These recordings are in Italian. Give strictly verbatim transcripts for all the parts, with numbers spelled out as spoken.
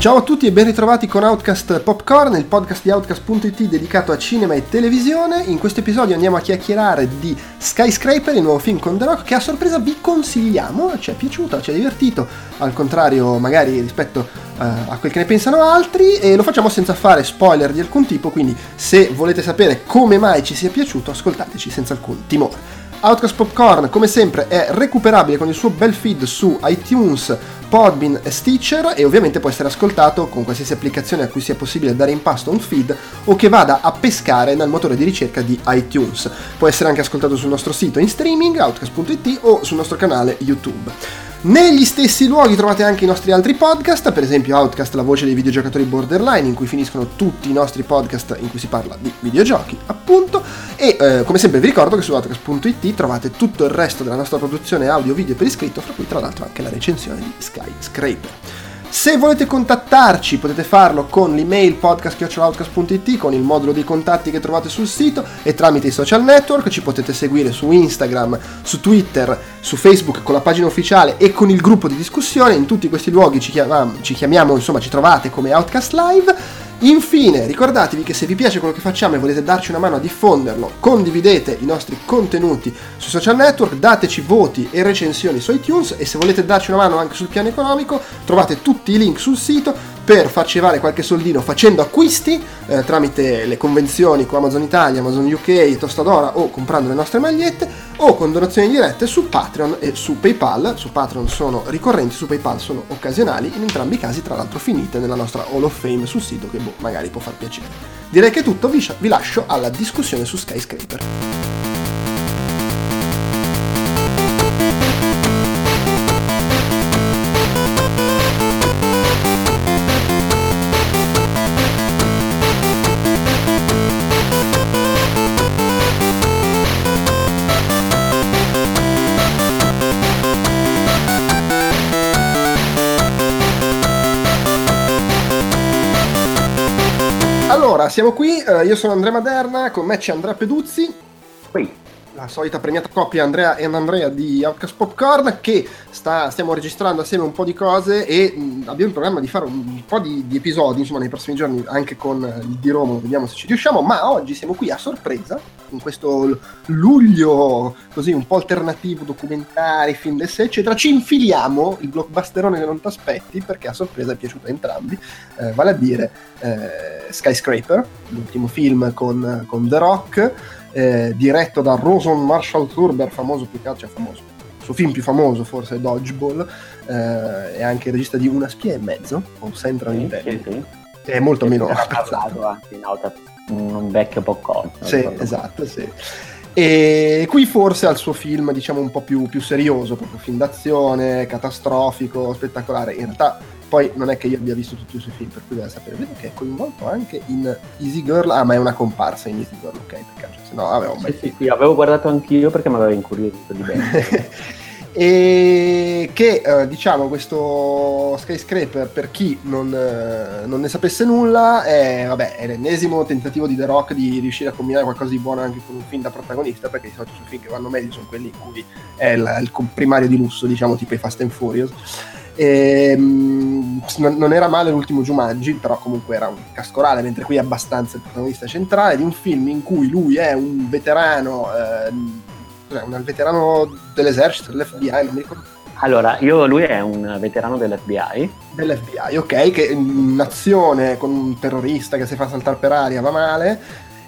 Ciao a tutti e ben ritrovati con Outcast Popcorn, il podcast di Outcast punto it dedicato a cinema e televisione. In questo episodio andiamo a chiacchierare di Skyscraper, il nuovo film con The Rock, che a sorpresa vi consigliamo. Ci è piaciuto, ci è divertito, al contrario magari rispetto uh, a quel che ne pensano altri, e lo facciamo senza fare spoiler di alcun tipo, quindi se volete sapere come mai ci sia piaciuto, ascoltateci senza alcun timore. Outcast Popcorn, come sempre, è recuperabile con il suo bel feed su iTunes, Podbean e Stitcher, e ovviamente può essere ascoltato con qualsiasi applicazione a cui sia possibile dare in pasto un feed o che vada a pescare nel motore di ricerca di iTunes. Può essere anche ascoltato sul nostro sito in streaming, outcast punto it, o sul nostro canale YouTube. Negli stessi luoghi trovate anche i nostri altri podcast, per esempio Outcast, la voce dei videogiocatori borderline, in cui finiscono tutti i nostri podcast in cui si parla di videogiochi, appunto, e eh, come sempre vi ricordo che su outcast punto it trovate tutto il resto della nostra produzione audio video per iscritto, fra cui tra l'altro anche la recensione di Skyscraper. Se volete contattarci potete farlo con l'email podcast chiocciola outcast punto it, con il modulo dei contatti che trovate sul sito e tramite i social network. Ci potete seguire su Instagram, su Twitter, su Facebook con la pagina ufficiale e con il gruppo di discussione. In tutti questi luoghi ci chiamiamo, ci chiamiamo insomma ci trovate come Outcast Live. Infine ricordatevi che se vi piace quello che facciamo e volete darci una mano a diffonderlo, condividete i nostri contenuti sui social network, dateci voti e recensioni su iTunes, e se volete darci una mano anche sul piano economico trovate tutti i link sul sito per farci arrivare qualche soldino facendo acquisti eh, tramite le convenzioni con Amazon Italia, Amazon U K, Tostadora, o comprando le nostre magliette, o con donazioni dirette su Patreon e su PayPal. Su Patreon sono ricorrenti, su PayPal sono occasionali, in entrambi i casi tra l'altro finite nella nostra Hall of Fame sul sito, che boh, magari può far piacere. Direi che è tutto, vi, vi lascio alla discussione su Skyscraper. Allora, siamo qui, eh, io sono Andrea Maderna, con me c'è Andrea Peduzzi, qui la solita premiata coppia Andrea e Andrea di Outcast Popcorn, che sta, stiamo registrando assieme un po' di cose e mh, abbiamo in programma di fare un, un po' di, di episodi, insomma, nei prossimi giorni, anche con il di Roma, vediamo se ci riusciamo, ma oggi siamo qui a sorpresa, in questo luglio così un po' alternativo, documentari, film d'essere, eccetera, ci infiliamo il blockbusterone che non ti aspetti, perché a sorpresa è piaciuto a entrambi, eh, vale a dire eh, Skyscraper, l'ultimo film con, con The Rock, eh, diretto da Roson Marshall Thurber, famoso più che altro, cioè famoso, il suo film più famoso forse è Dodgeball, eh, è anche il regista di Una spia e mezzo, o Central sì, Intelligence, sì, sì. è molto che meno apprezzato anche in auto, un vecchio popcorn. Sì, esatto, sì. E qui forse ha il suo film, diciamo, un po' più, più serioso, proprio film d'azione, catastrofico, spettacolare. In realtà poi non è che io abbia visto tutti i suoi film, per cui deve sapere. Vedo che è coinvolto anche in Easy Girl. Ah, ma è una comparsa in Easy Girl, ok, perché se no avevo mai... Sì, sì, sì, avevo guardato anch'io perché mi aveva incuriosito di bene. E che eh, diciamo questo Skyscraper, per chi non, eh, non ne sapesse nulla, è, vabbè, è l'ennesimo tentativo di The Rock di riuscire a combinare qualcosa di buono anche con un film da protagonista, perché di solito i film che vanno meglio sono quelli in cui è il, il primario di lusso, diciamo, tipo i Fast and Furious. E, mh, non era male l'ultimo Jumanji, però comunque era un cascorale, mentre qui è abbastanza il protagonista centrale di un film in cui lui è un veterano eh, un veterano dell'esercito, dell'F B I, non mi ricordo. Allora, io lui è un veterano dell'F B I. Dell'F B I, ok, che in azione con un terrorista che si fa saltare per aria va male,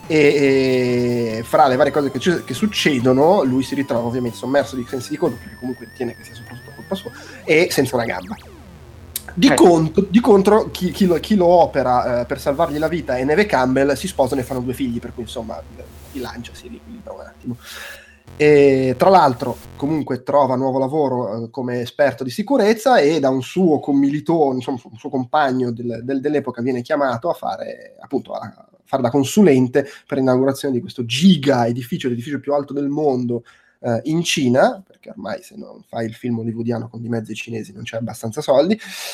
e, e fra le varie cose che, che succedono lui si ritrova ovviamente sommerso di sensi di colpa, perché comunque ritiene che sia soprattutto colpa sua, e senza una gamba. Di, eh. contro, di contro chi, chi, lo, chi lo opera eh, per salvargli la vita è Neve Campbell, si sposano e fanno due figli, per cui insomma il lancia si riequilibra un attimo. E tra l'altro comunque trova nuovo lavoro eh, come esperto di sicurezza, e da un suo commilitone, insomma un suo compagno del, del, dell'epoca viene chiamato a fare appunto a fare da consulente per l'inaugurazione di questo giga edificio, l'edificio più alto del mondo eh, in Cina, perché ormai se non fai il film hollywoodiano con di mezzo i cinesi non c'è abbastanza soldi,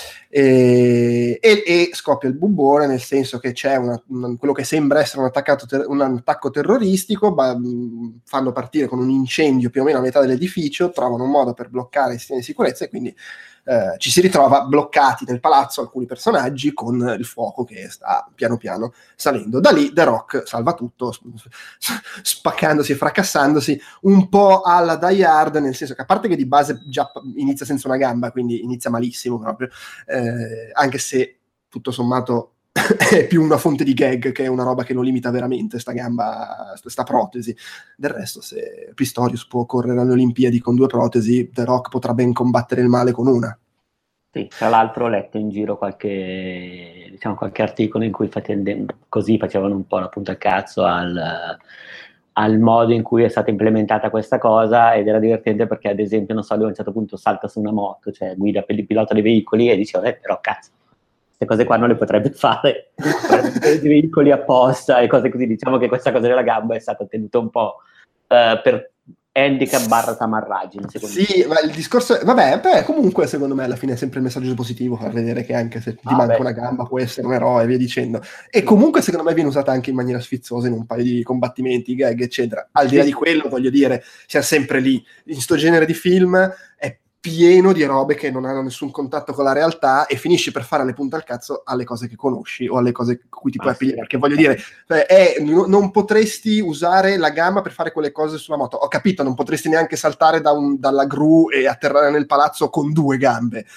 e, e, e scoppia il bubbone, nel senso che c'è una, una, quello che sembra essere un, ter- un attacco terroristico, ma, mh, fanno partire con un incendio più o meno a metà dell'edificio, trovano un modo per bloccare i sistemi di sicurezza, e quindi eh, ci si ritrova bloccati nel palazzo alcuni personaggi con il fuoco che sta piano piano salendo. Da lì The Rock salva tutto, spaccandosi e fracassandosi un po' alla Die Hard, nel senso che a parte che di base già inizia senza una gamba, quindi inizia malissimo proprio, eh, anche se tutto sommato è più una fonte di gag che una roba che lo limita veramente, sta gamba, sta protesi. Del resto, se Pistorius può correre alle Olimpiadi con due protesi, The Rock potrà ben combattere il male con una. Sì, tra l'altro ho letto in giro qualche, diciamo, qualche articolo in cui facendo, così facevano un po' la punta al cazzo al, al modo in cui è stata implementata questa cosa, ed era divertente perché, ad esempio, non so, lui a un certo punto salta su una moto, cioè guida per il pilota dei veicoli, e diceva, eh, però cazzo, queste cose qua non le potrebbe fare dei veicoli apposta e cose così. Diciamo che questa cosa della gamba è stata tenuta un po' uh, per handicap barra tamarragine, secondo sì, me. ma il discorso, vabbè, beh, comunque secondo me alla fine è sempre il messaggio positivo, far vedere che anche se ti ah, manca beh. una gamba puoi essere un eroe e via dicendo. E comunque secondo me viene usata anche in maniera sfiziosa in un paio di combattimenti, gag, eccetera. Al di là di quello, voglio dire, siamo sempre lì. In sto genere di film è pieno di robe che non hanno nessun contatto con la realtà e finisci per fare le punte al cazzo alle cose che conosci o alle cose con cui ti puoi ah, appigliare, sì, perché voglio dire, cioè, è, n- non potresti usare la gamba per fare quelle cose sulla moto, ho capito, non potresti neanche saltare da un, dalla gru e atterrare nel palazzo con due gambe.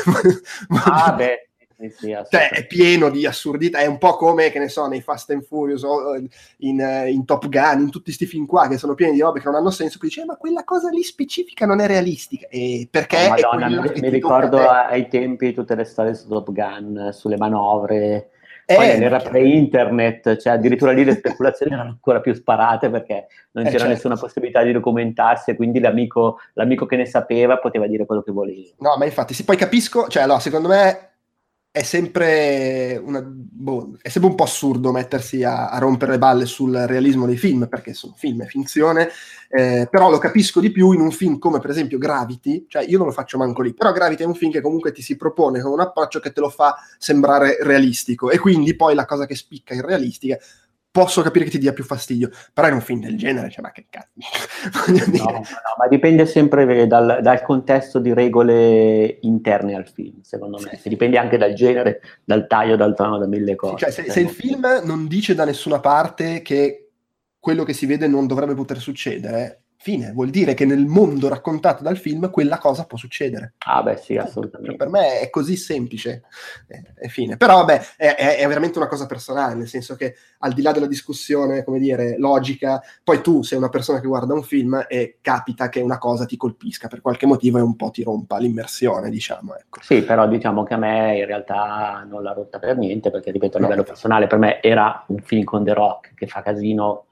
ah beh Sì, sì, cioè è pieno di assurdità, è un po' come, che ne so, nei Fast and Furious o in, in Top Gun, in tutti sti film qua che sono pieni di robe che non hanno senso, poi dice eh, ma quella cosa lì specifica non è realistica, e perché oh, Madonna, è mi, che mi ti tocca ricordo a te. ai tempi tutte le storie su Top Gun, sulle manovre, Eh, poi nell'era ma pre-internet, cioè addirittura lì le speculazioni erano ancora più sparate perché non eh, c'era certo. nessuna possibilità di documentarsi, e quindi l'amico, l'amico che ne sapeva poteva dire quello che voleva. No, ma infatti, sì, poi capisco, cioè, allora, secondo me è sempre, una, boh, è sempre un po' assurdo mettersi a, a rompere le balle sul realismo dei film, perché sono film, è finzione, eh, però lo capisco di più in un film come per esempio Gravity, cioè io non lo faccio manco lì, però Gravity è un film che comunque ti si propone con un approccio che te lo fa sembrare realistico, e quindi poi la cosa che spicca in realistica posso capire che ti dia più fastidio, però in un film del genere, cioè, ma che cazzo, voglio dire. No, no, ma dipende sempre dal, dal contesto di regole interne al film, secondo me. Sì, sì. Dipende anche dal genere, dal taglio, dal tono, da mille cose. Sì, cioè, se, se il film non dice da nessuna parte che quello che si vede non dovrebbe poter succedere, fine, vuol dire che nel mondo raccontato dal film quella cosa può succedere. Ah beh sì, Cioè, assolutamente. per me è così semplice, è, è fine. Però vabbè, è, è, è veramente una cosa personale, nel senso che al di là della discussione, come dire, logica, poi tu sei una persona che guarda un film e capita che una cosa ti colpisca per qualche motivo e un po' ti rompa l'immersione, diciamo. Ecco. Sì, però diciamo che a me in realtà non l'ha rotta per niente, perché ripeto, a livello no. personale per me era un film con The Rock che fa casino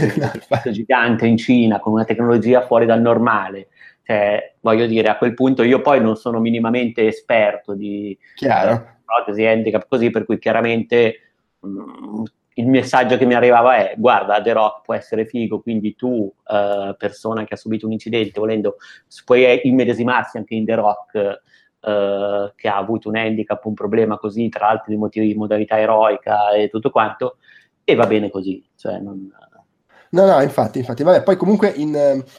un gigante in Cina con una tecnologia fuori dal normale, cioè voglio dire, a quel punto io poi non sono minimamente esperto di eh, protesi, handicap, così, per cui chiaramente mh, il messaggio che mi arrivava è: guarda, The Rock può essere figo, quindi tu eh, persona che ha subito un incidente, volendo puoi immedesimarsi anche in The Rock, Uh, che ha avuto un handicap, un problema così, tra altri motivi di modalità eroica e tutto quanto, e va bene così, cioè non... No, no, infatti, infatti, vabbè, poi comunque in,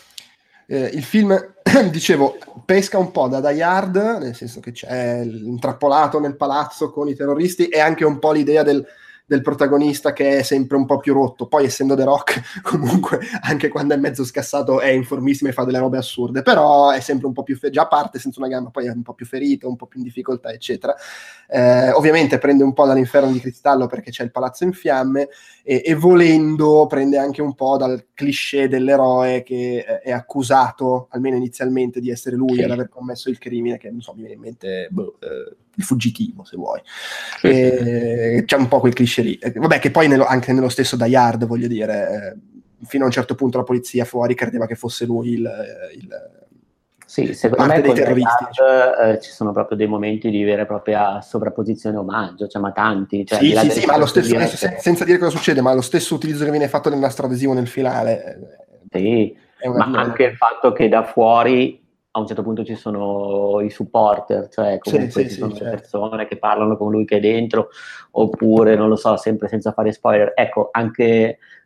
eh, il film, dicevo, pesca un po' da Die Hard, nel senso che c'è l'intrappolato nel palazzo con i terroristi, e anche un po' l'idea del, del protagonista che è sempre un po' più rotto, poi essendo The Rock comunque anche quando è mezzo scassato è informissimo e fa delle robe assurde, però è sempre un po' più, fe- già parte senza una gamba, poi è un po' più ferito, un po' più in difficoltà, eccetera. Eh, ovviamente prende un po' dall'Inferno di Cristallo perché c'è il palazzo in fiamme, e, e volendo prende anche un po' dal cliché dell'eroe che eh, è accusato, almeno inizialmente, di essere lui ad aver commesso il crimine, che non so, mi viene in mente boh, eh, il fuggitivo, se vuoi. Sì, e, sì. C'è un po' quel cliché lì, vabbè, che poi nello, anche nello stesso Die Hard, voglio dire, eh, fino a un certo punto la polizia fuori credeva che fosse lui il, il sì, secondo me con Die Hard eh, ci sono proprio dei momenti di vera e propria sovrapposizione omaggio, cioè ma tanti, cioè, sì, sì, sì, ma lo stesso, dirette... se, senza dire cosa succede, ma lo stesso utilizzo che viene fatto del nastro adesivo nel finale, sì, è una, ma anche il fatto che da fuori a un certo punto ci sono i supporter, cioè comunque sì, ci sì, sono sì, le certo. persone che parlano con lui che è dentro, oppure non lo so, sempre senza fare spoiler, ecco, anche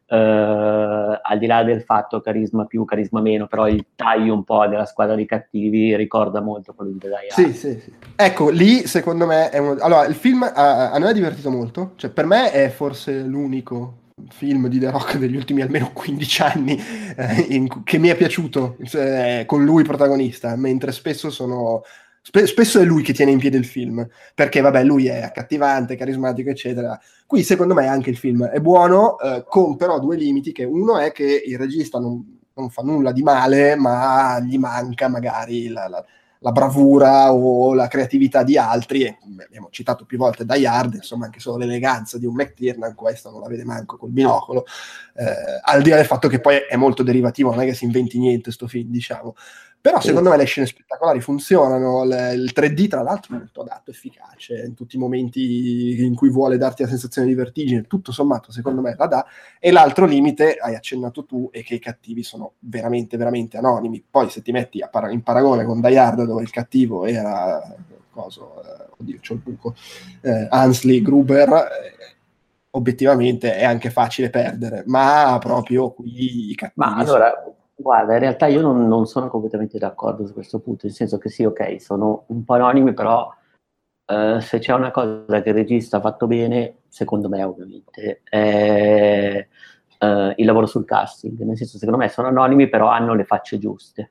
eh, al di là del fatto carisma più, carisma meno, però il taglio un po' della squadra di cattivi ricorda molto quello di Die Hard. Sì, sì, sì. Ecco, lì secondo me è uno... Allora, il film a, a noi è divertito molto, cioè per me è forse l'unico film di The Rock degli ultimi almeno quindici anni eh, in, che mi è piaciuto, eh, con lui protagonista, mentre spesso sono... Spe- spesso è lui che tiene in piedi il film, perché vabbè, lui è accattivante, carismatico, eccetera. Qui secondo me anche il film è buono, eh, con però due limiti, che uno è che il regista non, non fa nulla di male, ma gli manca magari la, la la bravura o la creatività di altri, e abbiamo citato più volte Die Hard, insomma anche solo l'eleganza di un McTiernan, questo non la vede manco col binocolo, eh, al di là del fatto che poi è molto derivativo, non è che si inventi niente sto film, diciamo. Però secondo me le scene spettacolari funzionano, le, il tre D tra l'altro è molto adatto, efficace, in tutti i momenti in cui vuole darti la sensazione di vertigine, tutto sommato secondo me la dà. E l'altro limite, hai accennato tu, è che i cattivi sono veramente, veramente anonimi. Poi se ti metti a par- in paragone con Die Hard, dove il cattivo era, coso, eh, oddio, c'ho il buco, eh, Hansley Gruber, eh, obiettivamente è anche facile perdere, ma proprio qui i cattivi Ma allora, sono... guarda, in realtà io non, non sono completamente d'accordo su questo punto, nel senso che sì, ok, sono un po' anonimi, però Uh, se c'è una cosa che il regista ha fatto bene, secondo me ovviamente, è uh, il lavoro sul casting, nel senso secondo me sono anonimi però hanno le facce giuste.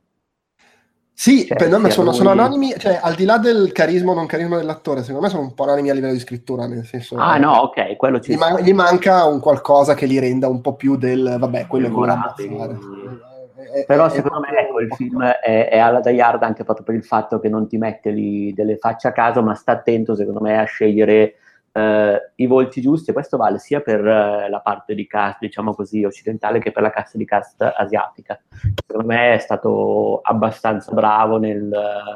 Sì, cioè, per me sono, lui... sono anonimi, cioè al di là del carisma o non carisma dell'attore, secondo me sono un po' anonimi a livello di scrittura, nel senso... Ah eh, no, ok, quello ci gli, man- gli manca un qualcosa che li renda un po' più del, vabbè, quello che volevamo fare. È, però è, secondo è me ecco, il film è, è alla Die Hard anche proprio per il fatto che non ti mette lì delle facce a caso, ma sta attento secondo me a scegliere eh, i volti giusti, e questo vale sia per eh, la parte di cast, diciamo così, occidentale, che per la cast di cast asiatica. Secondo me è stato abbastanza bravo nel,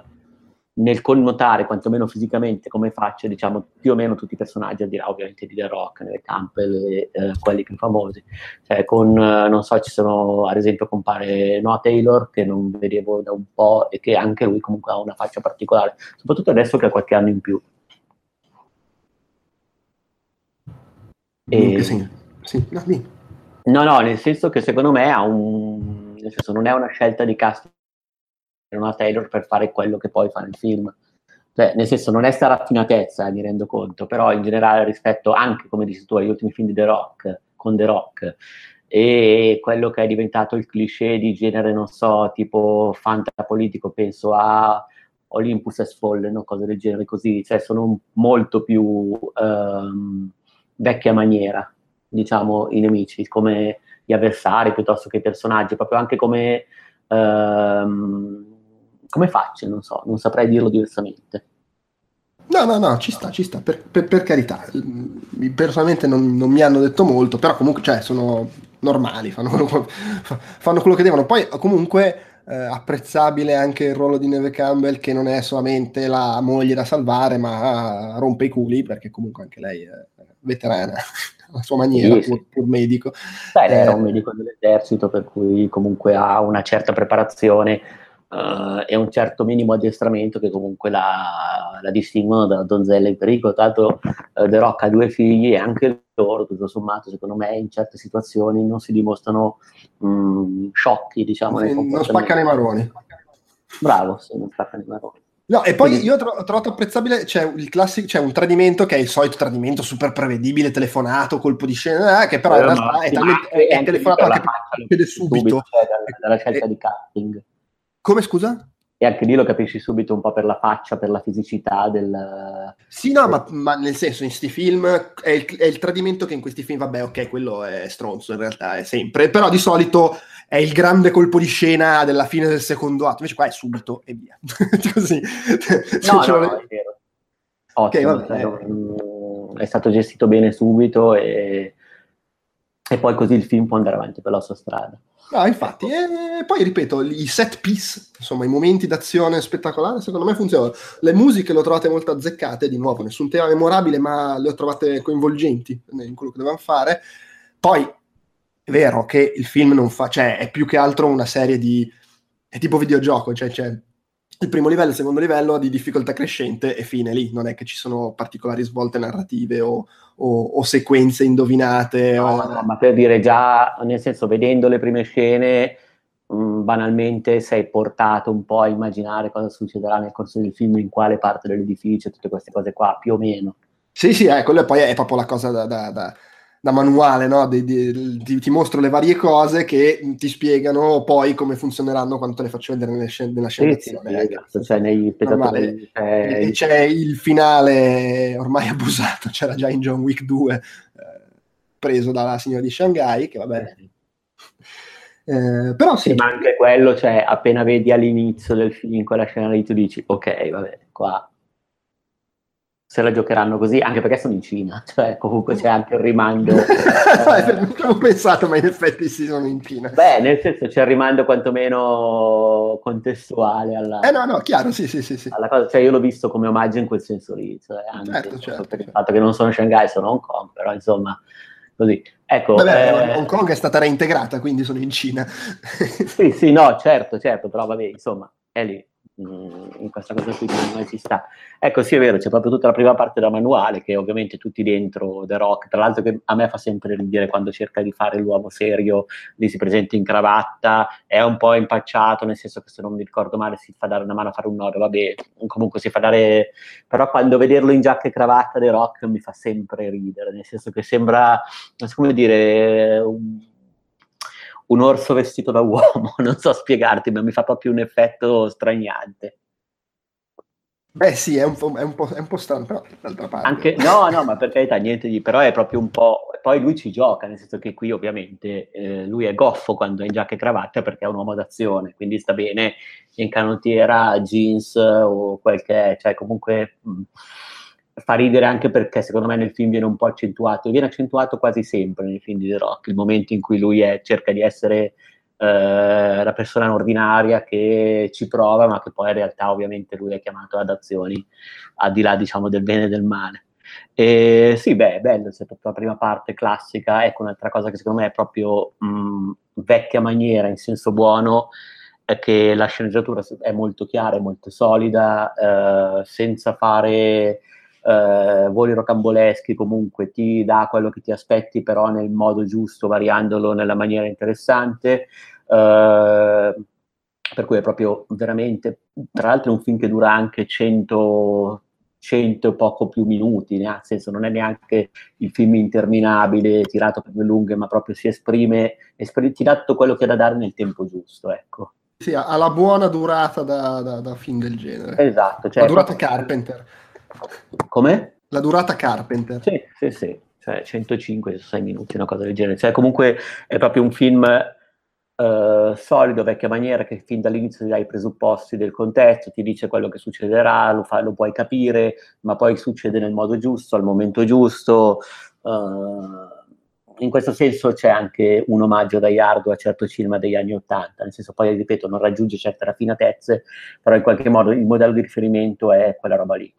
nel connotare, quantomeno fisicamente, come facce, diciamo, più o meno tutti i personaggi, al di là ovviamente di The Rock, nelle Campbell e eh, quelli più famosi. Cioè, con, eh, non so, ci sono, ad esempio, compare Noah Taylor, che non vedevo da un po', e che anche lui comunque ha una faccia particolare, soprattutto adesso che ha qualche anno in più. In che senso? Sì, no, no, no, nel senso che secondo me ha un... nel senso non è una scelta di cast Noah Taylor per fare quello che poi fa nel film. Cioè, nel senso, non è sta raffinatezza, eh, mi rendo conto, però in generale rispetto anche, come dici tu, agli ultimi film di The Rock, con The Rock, e quello che è diventato il cliché di genere, non so, tipo fantapolitico, penso a Olympus Has Fallen o cose del genere così, cioè sono molto più ehm, vecchia maniera, diciamo, i nemici, come gli avversari piuttosto che i personaggi, proprio anche come... Ehm, come faccio? Non so, non saprei dirlo diversamente. No, no, no, ci sta, ci sta, per, per, per carità. Personalmente non, non mi hanno detto molto, però comunque, cioè, sono normali, fanno quello, fanno quello che devono. Poi, comunque, eh, apprezzabile anche il ruolo di Neve Campbell, che non è solamente la moglie da salvare, ma rompe i culi, perché comunque anche lei è veterana, alla sua maniera, sì, pur, sì. pur medico. Beh, lei eh, era un medico dell'esercito, per cui comunque ha una certa preparazione uh, e un certo minimo addestramento che comunque la, la distinguono da donzella in pericolo. Tra l'altro uh, The Rock ha due figli e anche loro, tutto sommato, secondo me, in certe situazioni non si dimostrano mh, sciocchi, diciamo, nei comportamenti. Non spaccano i maroni. Bravo, sì, non spaccano i maroni. No, e poi Quindi... io ho trovato apprezzabile, c'è il classico, c'è un tradimento che è il solito tradimento super prevedibile, telefonato, colpo di scena, eh, che però eh, in realtà è, talmente, è, è telefonato anche per subito. subito cioè, dalla, dalla scelta e, di casting. Come, scusa? E anche lì lo capisci subito un po' per la faccia, per la fisicità del... Sì, no, ma, ma nel senso, in questi film è il, è il tradimento che in questi film, vabbè, ok, quello è stronzo, in realtà è sempre, però di solito è il grande colpo di scena della fine del secondo atto, invece qua è subito e via. Così. No, no, no, è vero. Ottimo, okay, cioè, non, è stato gestito bene subito e, e poi così il film può andare avanti per la sua strada. No, infatti, e poi ripeto, i set piece, insomma, i momenti d'azione spettacolari, secondo me funzionano. Le musiche le ho trovate molto azzeccate, di nuovo, nessun tema memorabile, ma le ho trovate coinvolgenti in quello che dovevano fare. Poi, è vero che il film non fa, cioè, è più che altro una serie di... è tipo videogioco, cioè, cioè il primo livello e il secondo livello di difficoltà crescente e fine lì, non è che ci sono particolari svolte narrative o, o, o sequenze indovinate. No, o... no, ma per dire già, nel senso, vedendo le prime scene, mh, banalmente sei portato un po' a immaginare cosa succederà nel corso del film, in quale parte dell'edificio, tutte queste cose qua, più o meno. Sì, sì, eh, quello poi è proprio la cosa da, da, da, da manuale, no? Di, di, ti, ti mostro le varie cose che ti spiegano poi come funzioneranno quando te le faccio vedere nelle scene, nella scena Sì, sì, d'azione. sì, Eh, esatto, cioè nei normale. spettatori c'è E il... c'è il finale ormai abusato, c'era già in John Wick due, eh, preso dalla signora di Shanghai, che vabbè. Sì, sì. Eh, però sì. Sì, ma anche quello, cioè, appena vedi all'inizio del film quella scena lì, tu dici, ok, vabbè, qua se la giocheranno così, anche perché sono in Cina, cioè comunque c'è anche il rimando. eh, eh, non ci avevo pensato, ma in effetti sì, sono in Cina. beh, nel senso c'è il rimando quantomeno contestuale alla, Eh no, no, chiaro, sì, sì, sì, sì. alla cosa, cioè io l'ho visto come omaggio in quel senso lì, cioè anche Certo, certo, per il certo. fatto che non sono Shanghai, sono Hong Kong, però insomma, così. Ecco, Vabbè, Hong eh, Kong è stata reintegrata, quindi sono in Cina. sì, sì, no, certo, certo, però vabbè, insomma, è lì, mm, in questa cosa qui non ci sta. Ecco, sì, è vero, c'è proprio tutta la prima parte da manuale, che ovviamente tutti dentro The Rock, tra l'altro che a me fa sempre ridere quando cerca di fare l'uomo serio, lì si presenta in cravatta, è un po' impacciato, nel senso che se non mi ricordo male si fa dare una mano a fare un nodo, vabbè, comunque si fa dare... Però quando vederlo in giacca e cravatta The Rock mi fa sempre ridere, nel senso che sembra, non so come dire... Un un orso vestito da uomo, non so spiegarti, ma mi fa proprio un effetto straniante. Beh sì, è un po', è un po', è un po' strano, però d'altra parte... Anche, no, no, ma per carità, niente di, però è proprio un po', poi lui ci gioca, nel senso che qui ovviamente eh, lui è goffo quando è in giacca e cravatta perché è un uomo d'azione, quindi sta bene in canottiera, jeans o quel che è, cioè comunque mh, fa ridere anche perché secondo me nel film viene un po' accentuato, e viene accentuato quasi sempre nei film di The Rock, il momento in cui lui è, cerca di essere eh, la persona ordinaria che ci prova, ma che poi in realtà ovviamente lui è chiamato ad azioni al di là diciamo del bene e del male. E sì, beh, è bello, c'è proprio la prima parte classica, ecco un'altra cosa che secondo me è proprio mh, vecchia maniera in senso buono, è che la sceneggiatura è molto chiara, è molto solida, eh, senza fare eh, voli rocamboleschi, comunque ti dà quello che ti aspetti, però nel modo giusto, variandolo nella maniera interessante. Eh, per cui è proprio veramente, tra l'altro è un film che dura anche cento, cento e poco più minuti, nel senso non è neanche il film interminabile, tirato per le lunghe, ma proprio si esprime, esprime ti dà tutto quello che ha da dare nel tempo giusto, ecco. Sì, ha la buona durata da, da, da film del genere. Esatto, La cioè durata proprio... Carpenter. Come? La durata Carpenter. Sì, sì, sì, cioè centocinque sei minuti, una cosa del genere. Cioè, comunque è proprio un film eh, solido, vecchia maniera, che fin dall'inizio ti dà i presupposti del contesto, ti dice quello che succederà, lo, fa, lo puoi capire, ma poi succede nel modo giusto, al momento giusto. Uh, in questo senso c'è anche un omaggio da Iardo a certo cinema degli anni Ottanta, nel senso poi, ripeto, non raggiunge certe raffinatezze, però in qualche modo il modello di riferimento è quella roba lì.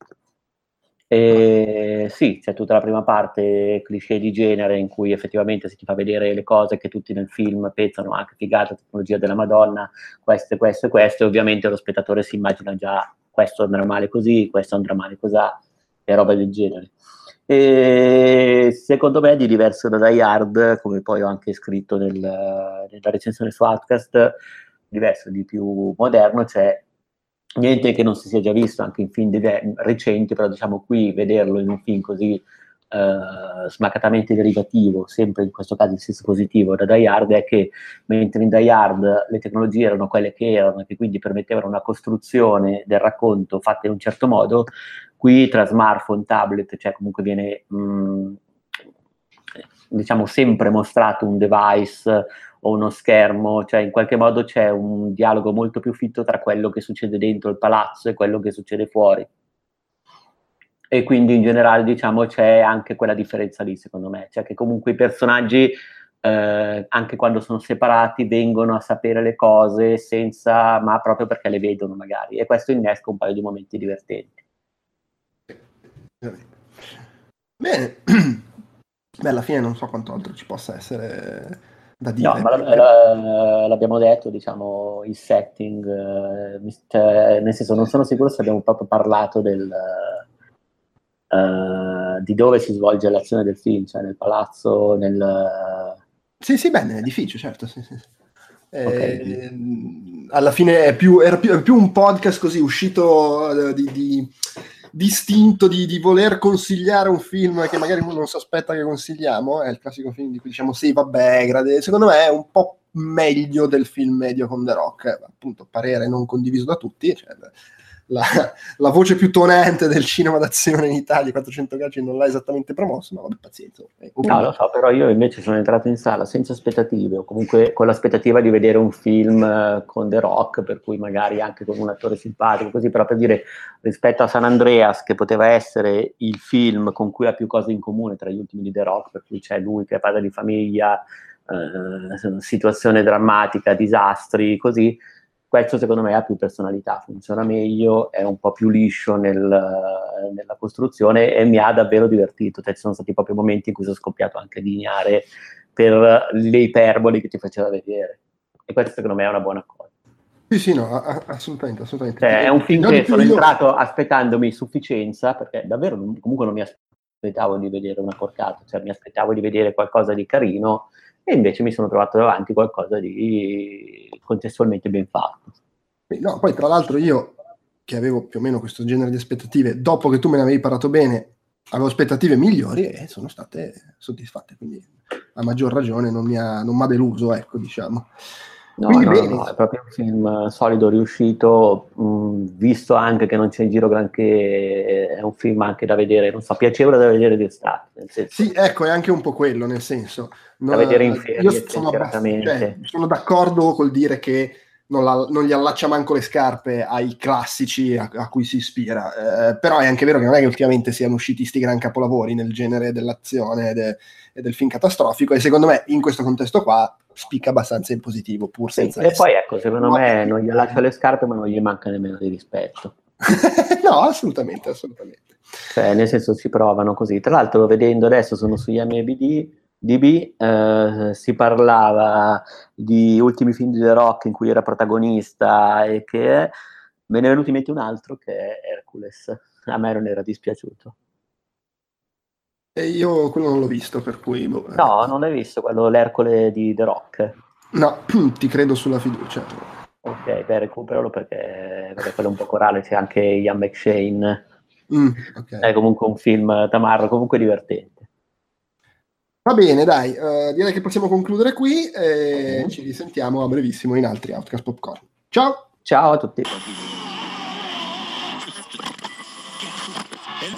E sì, c'è tutta la prima parte cliché di genere in cui effettivamente si ti fa vedere le cose che tutti nel film pensano, anche figata, tecnologia della Madonna, questo e questo e questo, e ovviamente lo spettatore si immagina già questo andrà male così, questo andrà male così, e roba del genere. E secondo me è di diverso da Die Hard, come poi ho anche scritto nel, nella recensione su Outcast, diverso, di più moderno, c'è niente che non si sia già visto anche in film de- recenti, però diciamo qui vederlo in un film così eh, smaccatamente derivativo, sempre in questo caso in senso positivo, da Die Hard, è che mentre in Die Hard le tecnologie erano quelle che erano e che quindi permettevano una costruzione del racconto fatta in un certo modo, qui tra smartphone, tablet, cioè comunque viene mh, diciamo sempre mostrato un device o uno schermo, cioè in qualche modo c'è un dialogo molto più fitto tra quello che succede dentro il palazzo e quello che succede fuori. E quindi in generale diciamo c'è anche quella differenza lì secondo me, cioè che comunque i personaggi eh, anche quando sono separati vengono a sapere le cose senza, ma proprio perché le vedono magari, e questo innesca un paio di momenti divertenti. Bene. Beh, alla fine non so quanto altro ci possa essere da dire. No, ma la, la, l'abbiamo detto, diciamo, il setting, eh, cioè, nel senso non sono sicuro se abbiamo proprio parlato del, uh, di dove si svolge l'azione del film, cioè nel palazzo, nel... Sì, sì, beh, nell'edificio, certo, sì, sì. Eh, okay. Alla fine è più, era più, è più un podcast così, uscito di... di distinto di, di voler consigliare un film che magari uno non si aspetta che consigliamo, è il classico film di cui diciamo sì, vabbè, grade... secondo me è un po' meglio del film medio con The Rock, eh, appunto parere non condiviso da tutti, cioè, la, la voce più tonante del cinema d'azione in Italia, quattrocento gaggi, non l'ha esattamente promosso, ma vabbè, pazienza. Eh, no, lo so, però io invece sono entrato in sala senza aspettative, o comunque con l'aspettativa di vedere un film eh, con The Rock, per cui magari anche con un attore simpatico, così, però per dire, rispetto a San Andreas, che poteva essere il film con cui ha più cose in comune tra gli ultimi di The Rock, per cui c'è lui che è padre di famiglia, eh, situazione drammatica, disastri, così, questo secondo me ha più personalità, funziona meglio, è un po' più liscio nel, nella costruzione e mi ha davvero divertito, cioè ci sono stati proprio momenti in cui sono scoppiato anche a dignare per le iperboli che ti faceva vedere, e questo secondo me è una buona cosa. Sì, sì, no, assolutamente, assolutamente. Cioè, è un film che sono entrato aspettandomi sufficienza, perché davvero comunque non mi aspettavo di vedere una porcata, cioè mi aspettavo di vedere qualcosa di carino, e invece mi sono trovato davanti qualcosa di contestualmente ben fatto. No, poi tra l'altro io, che avevo più o meno questo genere di aspettative, dopo che tu me ne avevi parlato bene, avevo aspettative migliori e sono state soddisfatte, quindi a maggior ragione non mi ha, non mi ha deluso, ecco, diciamo. No, Quindi no, bene. no, è proprio un film solido, riuscito, mh, visto anche che non c'è in giro granché, è un film anche da vedere, non so, piacevole da vedere d'estate. Nel senso, sì, ecco, è anche un po' quello, nel senso... da vedere in ferie, io sono, abbast- cioè, spensieratamente. sono d'accordo col dire che non, la, non gli allaccia manco le scarpe ai classici a, a cui si ispira, eh, però è anche vero che non è che ultimamente siano usciti sti gran capolavori nel genere dell'azione e, de, e del film catastrofico, e secondo me in questo contesto qua spicca abbastanza in positivo, pur Sì, senza e essere... poi ecco, secondo no, me non gli allaccia le scarpe, ma non gli manca nemmeno di rispetto. no, assolutamente, assolutamente. Cioè, nel senso, si provano così. Tra l'altro, vedendo adesso, sono su I M D B, D B, eh, si parlava di ultimi film di The Rock in cui era protagonista, e che me ne è venuto in mente un altro che è Hercules. A me non era dispiaciuto. E io quello non l'ho visto, per cui... Boh, No, non l'hai visto, quello l'Ercole di The Rock? no, ti credo sulla fiducia. Ok, beh, recuperalo perché, perché quello è un po' corale, c'è anche Ian McShane. Mm, okay. È comunque un film tamarro, comunque divertente. Va bene, dai, uh, direi che possiamo concludere qui e Mm. ci risentiamo a brevissimo in altri Outcast Popcorn. Ciao! Ciao a tutti.